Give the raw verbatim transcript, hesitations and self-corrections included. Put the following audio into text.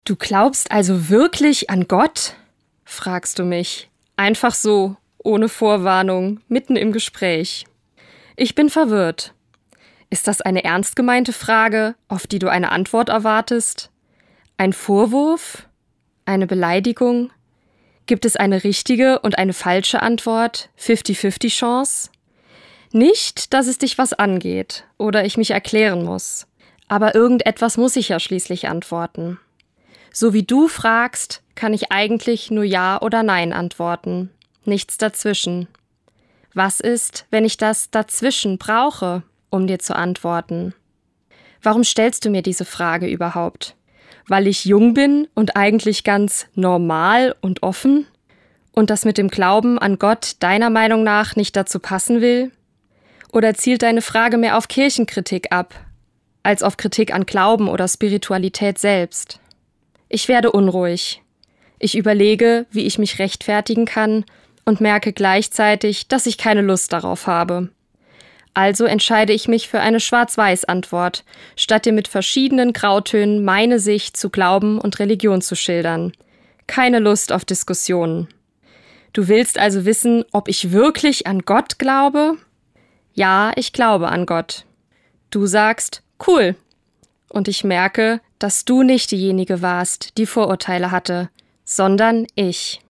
Du glaubst also wirklich an Gott? Fragst du mich. Einfach so, ohne Vorwarnung, mitten im Gespräch. Ich bin verwirrt. Ist das eine ernst gemeinte Frage, auf die du eine Antwort erwartest? Ein Vorwurf? Eine Beleidigung? Gibt es eine richtige und eine falsche Antwort? fünfzig fünfzig Chance? Nicht, dass es dich was angeht oder ich mich erklären muss. Aber irgendetwas muss ich ja schließlich antworten. So wie du fragst, kann ich eigentlich nur Ja oder Nein antworten. Nichts dazwischen. Was ist, wenn ich das Dazwischen brauche, um dir zu antworten? Warum stellst du mir diese Frage überhaupt? Weil ich jung bin und eigentlich ganz normal und offen? Und das mit dem Glauben an Gott deiner Meinung nach nicht dazu passen will? Oder zielt deine Frage mehr auf Kirchenkritik ab, als auf Kritik an Glauben oder Spiritualität selbst? Ich werde unruhig. Ich überlege, wie ich mich rechtfertigen kann und merke gleichzeitig, dass ich keine Lust darauf habe. Also entscheide ich mich für eine Schwarz-Weiß-Antwort, statt dir mit verschiedenen Grautönen meine Sicht zu Glauben und Religion zu schildern. Keine Lust auf Diskussionen. Du willst also wissen, ob ich wirklich an Gott glaube? Ja, ich glaube an Gott. Du sagst, cool. Und ich merke, dass du nicht diejenige warst, die Vorurteile hatte, sondern ich.